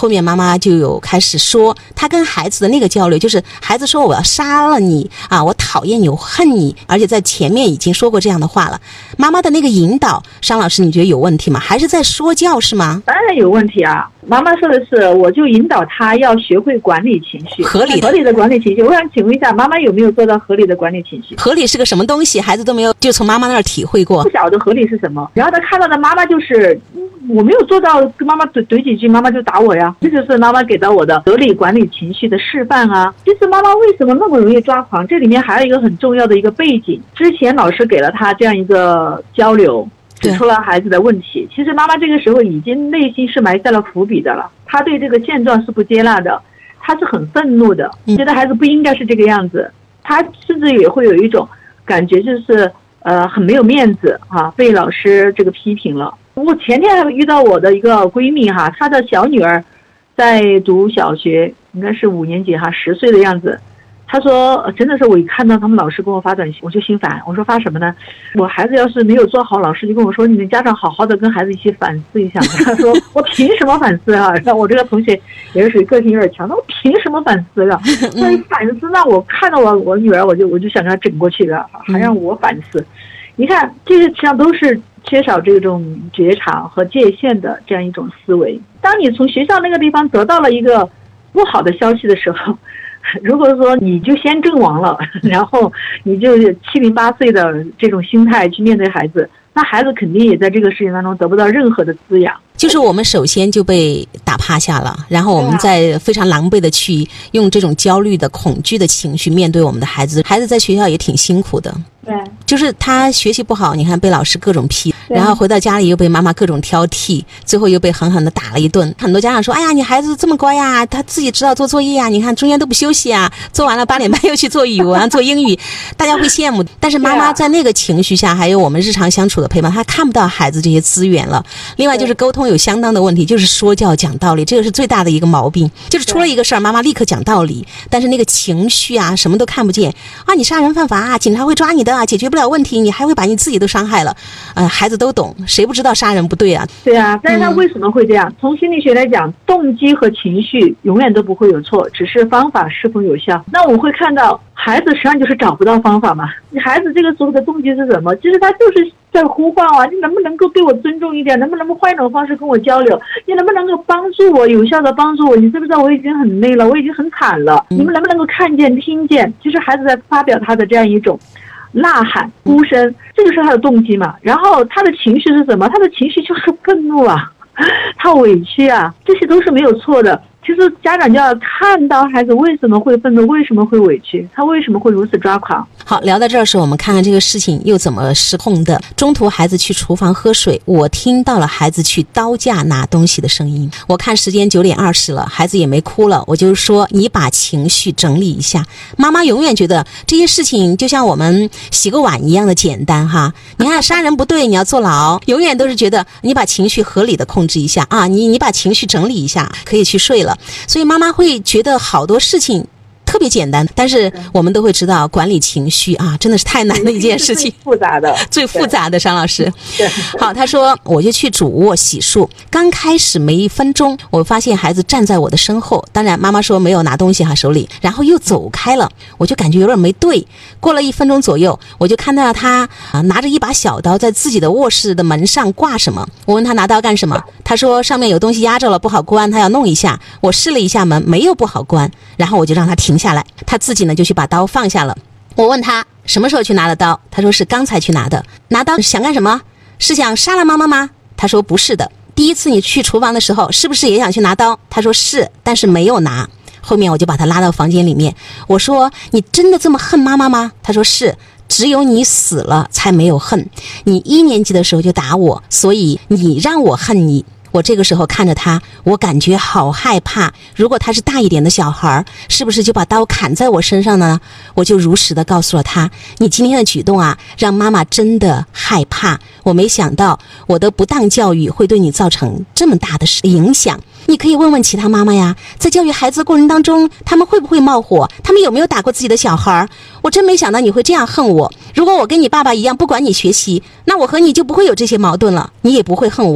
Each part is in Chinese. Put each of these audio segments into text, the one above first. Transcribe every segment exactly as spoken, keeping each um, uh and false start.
后面妈妈就有开始说她跟孩子的那个交流，就是孩子说我要杀了你啊，我讨厌你，我恨你，而且在前面已经说过这样的话了。妈妈的那个引导，商老师你觉得有问题吗？还是在说教是吗？ 当然有问题啊。妈妈说的是我就引导他要学会管理情绪， 合理的合理的管理情绪。我想请问一下，妈妈有没有做到合理的管理情绪？ 合理是个什么东西？孩子都没有就从妈妈那儿体会过， 不晓得合理是什么。然后他看到的妈妈就是我没有做到，跟妈妈怼怼几句妈妈就打我呀，这就是妈妈给到我的合理管理情绪的示范啊。其实妈妈为什么那么容易抓狂，这里面还有一个很重要的一个背景，之前老师给了他这样一个交流，指出了孩子的问题。其实妈妈这个时候已经内心是埋下了伏笔的了，她对这个现状是不接纳的，她是很愤怒的，觉得孩子不应该是这个样子，她甚至也会有一种感觉，就是呃很没有面子啊，被老师这个批评了。我前天还遇到我的一个闺蜜哈，她的小女儿在读小学，应该是五年级哈，十岁的样子。他说真的是我一看到他们老师跟我发短信我就心烦，我说发什么呢？我孩子要是没有做好，老师就跟我说你们家长好好的跟孩子一起反思一下。他说我凭什么反思啊？那我这个同学也是属于个性有点强，那我凭什么反思啊？那你反思，那我看到我我女儿我就我就想给她整过去了，还让我反思。你看这些实际上都是缺少这种觉察和界限的这样一种思维。当你从学校那个地方得到了一个不好的消息的时候，如果说你就先阵亡了，然后你就七零八碎的这种心态去面对孩子，那孩子肯定也在这个事情当中得不到任何的滋养。 就是我们首先就被打趴下了，然后我们再非常狼狈的去用这种焦虑的恐惧的情绪面对我们的孩子。孩子在学校也挺辛苦的， 对， 就是他学习不好，你看被老师各种批，然后回到家里又被妈妈各种挑剔，最后又被狠狠的打了一顿。很多家长说，哎呀你孩子这么乖呀，他自己知道做作业呀，你看中间都不休息啊，做完了八点半又去做语文做英语，大家会羡慕。但是妈妈在那个情绪下，还有我们日常相处的陪伴，她看不到孩子这些资源了。另外就是沟通有相当的问题，就是说教讲道理，这个是最大的一个毛病。就是出了一个事儿，妈妈立刻讲道理，但是那个情绪啊什么都看不见啊，你杀人犯法啊，警察会抓你的啊，解决不了问题，你还会把你自己都伤害了。呃，孩子都懂，谁不知道杀人不对啊？ 对啊，但是他为什么会这样？嗯、从心理学来讲，动机和情绪永远都不会有错，只是方法是否有效。那我们会看到孩子实际上就是找不到方法嘛。孩子这个时候的动机是什么？其实他就是在呼唤啊，你能不能够对我尊重一点？能不能够换一种方式跟我交流？你能不能够帮助我，有效的帮助我？你知不知道我已经很累了，我已经很惨了？你们能不能够看见、听见？其实孩子在发表他的这样一种呐喊、呼声，这就是他的动机嘛。然后他的情绪是什么？他的情绪就是愤怒啊，他委屈啊，这些都是没有错的。其实家长就要看到孩子为什么会愤怒，为什么会委屈，他为什么会如此抓狂。 好，聊到这儿时候，我们看看这个事情又怎么失控的。中途孩子去厨房喝水，我听到了孩子去刀架拿东西的声音。我看时间九点二十了，孩子也没哭了，我就说你把情绪整理一下。妈妈永远觉得这些事情就像我们洗个碗一样的简单哈。你看杀人不对，你要坐牢，永远都是觉得你把情绪合理的控制一下啊，你你把情绪整理一下，可以去睡了。所以妈妈会觉得好多事情特别简单，但是我们都会知道管理情绪啊，真的是太难的一件事情， 最复杂的， 最复杂的。商老师，好，他说我就去主卧洗漱，刚开始没一分钟，我发现孩子站在我的身后，当然妈妈说没有拿东西哈手里，然后又走开了，我就感觉有点没对。过了一分钟左右，我就看到他啊拿着一把小刀在自己的卧室的门上挂什么，我问他拿刀干什么，他说上面有东西压着了不好关，他要弄一下。我试了一下门，没有不好关，然后我就让他停下来，他自己呢就去把刀放下了。我问他什么时候去拿的刀，他说是刚才去拿的。拿刀想干什么？是想杀了妈妈吗？他说不是的。第一次你去厨房的时候是不是也想去拿刀？他说是，但是没有拿。后面我就把他拉到房间里面，我说你真的这么恨妈妈吗？他说是，只有你死了才没有恨，你一年级的时候就打我，所以你让我恨你。我这个时候看着他，我感觉好害怕，如果他是大一点的小孩，是不是就把刀砍在我身上呢？我就如实的告诉了他，你今天的举动啊让妈妈真的害怕，我没想到我的不当教育会对你造成这么大的影响。你可以问问其他妈妈呀，在教育孩子的过程当中，他们会不会冒火，他们有没有打过自己的小孩？我真没想到你会这样恨我，如果我跟你爸爸一样不管你学习，那我和你就不会有这些矛盾了，你也不会恨我。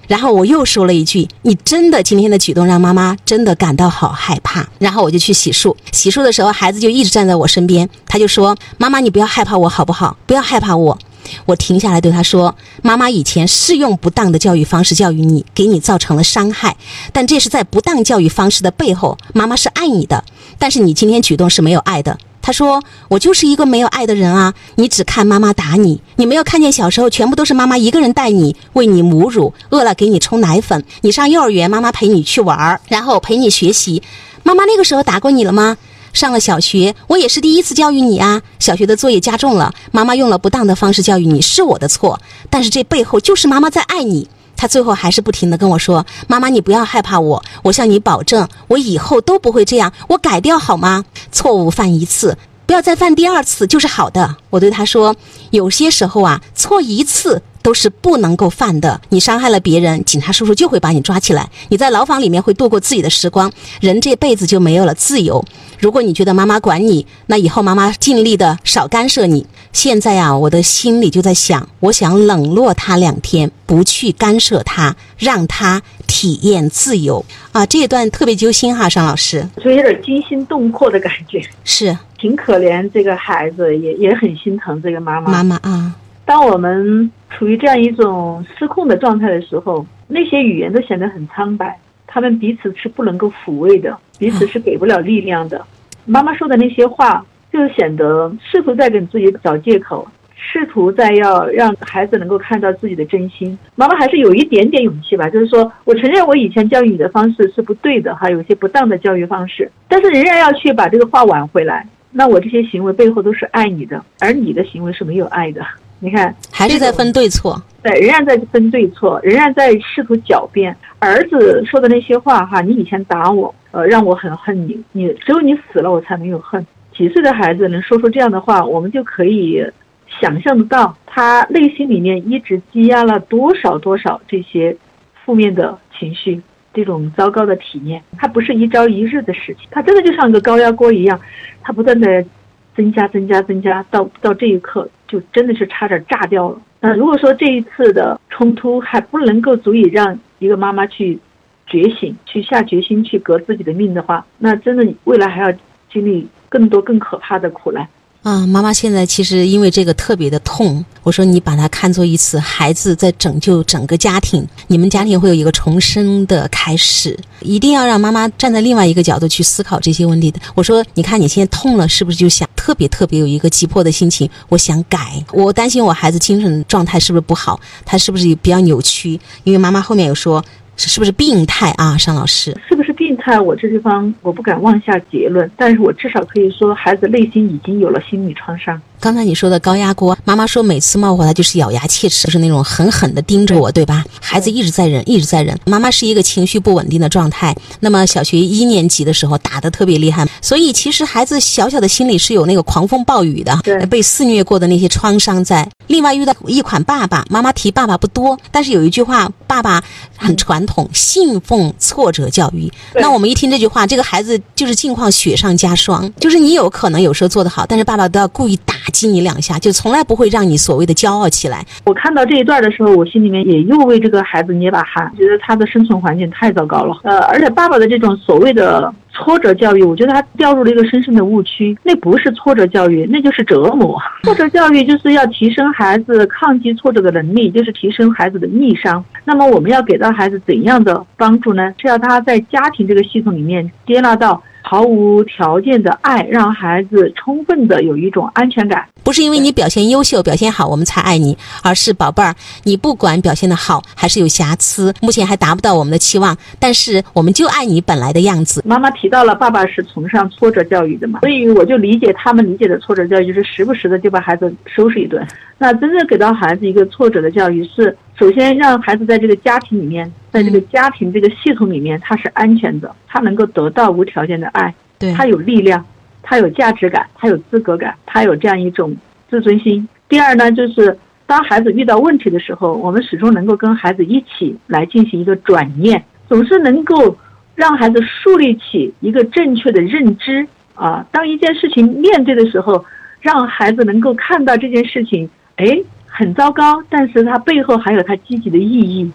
然后我又说了一句，你真的今天的举动让妈妈真的感到好害怕。然后我就去洗漱，洗漱的时候孩子就一直站在我身边，他就说，妈妈你不要害怕我好不好，不要害怕我。我停下来对他说，妈妈以前是用不当的教育方式教育你，给你造成了伤害，但这是在不当教育方式的背后，妈妈是爱你的，但是你今天举动是没有爱的。他说，我就是一个没有爱的人啊，你只看妈妈打你，你没有看见小时候全部都是妈妈一个人带你，喂你母乳，饿了给你冲奶粉，你上幼儿园妈妈陪你去玩，然后陪你学习，妈妈那个时候打过你了吗？上了小学，我也是第一次教育你啊，小学的作业加重了，妈妈用了不当的方式教育你，是我的错，但是这背后就是妈妈在爱你。他最后还是不停地跟我说，妈妈你不要害怕我，我向你保证，我以后都不会这样，我改掉好吗？错误犯一次，不要再犯第二次就是好的。我对他说，有些时候啊，错一次都是不能够犯的，你伤害了别人，警察叔叔就会把你抓起来，你在牢房里面会度过自己的时光，人这辈子就没有了自由。如果你觉得妈妈管你，那以后妈妈尽力的少干涉你。现在啊，我的心里就在想，我想冷落他两天，不去干涉他，让他体验自由啊。这一段特别揪心哈，尚老师， 所以有点惊心动魄的感觉， 是挺可怜这个孩子，也也很心疼这个妈妈。 妈妈啊， 当我们处于这样一种失控的状态的时候，那些语言都显得很苍白，他们彼此是不能够抚慰的，彼此是给不了力量的。妈妈说的那些话就显得试图在给自己找借口，试图在要让孩子能够看到自己的真心。妈妈还是有一点点勇气吧，就是说我承认我以前教育你的方式是不对的，还有一些不当的教育方式，但是仍然要去把这个话挽回来。那我这些行为背后都是爱你的，而你的行为是没有爱的。你看， 还是在分对错， 对，仍然在分对错，仍然在试图狡辩。儿子说的那些话哈，你以前打我，呃，让我很恨你，你只有你死了，我才没有恨。几岁的孩子能说出这样的话，我们就可以想象得到，他内心里面一直积压了多少多少这些负面的情绪，这种糟糕的体验。它不是一朝一日的事情，它真的就像一个高压锅一样，它不断的增加增加增加，到到这一刻就真的是差点炸掉了。那如果说这一次的冲突还不能够足以让一个妈妈去觉醒，去下决心去革自己的命的话，那真的未来还要经历更多更可怕的苦难。 啊，妈妈现在其实因为这个特别的痛，我说你把它看作一次孩子在拯救整个家庭，你们家庭会有一个重生的开始，一定要让妈妈站在另外一个角度去思考这些问题的。我说你看你现在痛了，是不是就想特别特别有一个急迫的心情，我想改，我担心我孩子精神状态是不是不好，他是不是比较扭曲，因为妈妈后面有说是不是病态啊？尚老师， 是不是病态？我这地方我不敢妄下结论，但是我至少可以说，孩子内心已经有了心理创伤。 刚才你说的高压锅，妈妈说每次冒火她就是咬牙切齿，就是那种狠狠的盯着我，对吧？孩子一直在忍，一直在忍。妈妈是一个情绪不稳定的状态，那么小学一年级的时候打得特别厉害，所以其实孩子小小的心里是有那个狂风暴雨的，被肆虐过的那些创伤在。另外遇到一款爸爸，妈妈提爸爸不多，但是有一句话，爸爸很传统，信奉挫折教育。那我们一听这句话，这个孩子就是境况雪上加霜，就是你有可能有时候做得好，但是爸爸都要故意打击你两下，就从来不会让你所谓的骄傲起来。我看到这一段的时候，我心里面也又为这个孩子捏把汗，觉得他的生存环境太糟糕了。呃，而且爸爸的这种所谓的挫折教育，我觉得他掉入了一个深深的误区，那不是挫折教育，那就是折磨。挫折教育就是要提升孩子抗击挫折的能力，就是提升孩子的逆商。那么我们要给到孩子怎样的帮助呢？是要他在家庭这个系统里面接纳到毫无条件的爱，让孩子充分的有一种安全感。不是因为你表现优秀表现好我们才爱你，而是宝贝儿，你不管表现的好还是有瑕疵，目前还达不到我们的期望，但是我们就爱你本来的样子。妈妈提到了爸爸是崇尚挫折教育的嘛，所以我就理解他们理解的挫折教育就是时不时的就把孩子收拾一顿。那真正给到孩子一个挫折的教育是，首先让孩子在这个家庭里面，在这个家庭这个系统里面他是安全的，他能够得到无条件的爱，对，他有力量，他有价值感，他有资格感，他有这样一种自尊心。第二呢，就是当孩子遇到问题的时候，我们始终能够跟孩子一起来进行一个转念，总是能够让孩子树立起一个正确的认知啊。当一件事情面对的时候，让孩子能够看到这件事情，哎，很糟糕，但是它背后还有它积极的意义。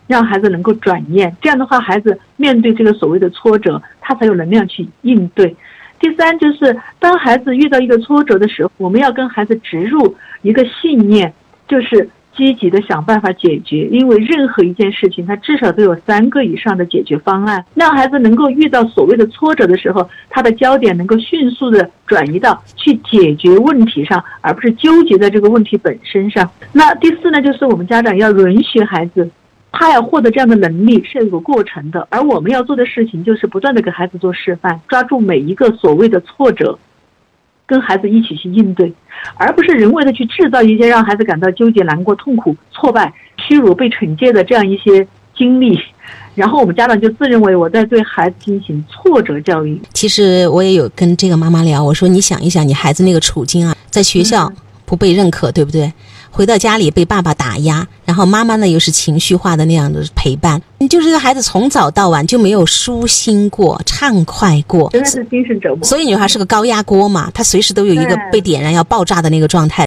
让孩子能够转念，这样的话孩子面对这个所谓的挫折，他才有能量去应对。第三就是当孩子遇到一个挫折的时候，我们要跟孩子植入一个信念，就是积极的想办法解决，因为任何一件事情它至少都有三个以上的解决方案，让孩子能够遇到所谓的挫折的时候，他的焦点能够迅速的转移到去解决问题上，而不是纠结在这个问题本身上。那第四呢，就是我们家长要允许孩子他要获得这样的能力是有个过程的，而我们要做的事情就是不断的给孩子做示范，抓住每一个所谓的挫折，跟孩子一起去应对，而不是人为的去制造一些让孩子感到纠结、难过、痛苦、挫败、屈辱、被惩戒的这样一些经历，然后我们家长就自认为我在对孩子进行挫折教育。 其实我也有跟这个妈妈聊，我说你想一想你孩子那个处境啊，在学校不被认可，对不对？回到家里被爸爸打压，然后妈妈呢又是情绪化的那样的陪伴，你就是这个孩子从早到晚就没有舒心过、畅快过， 真的是精神折磨。 所以女孩是个高压锅嘛，她随时都有一个被点燃要爆炸的那个状态。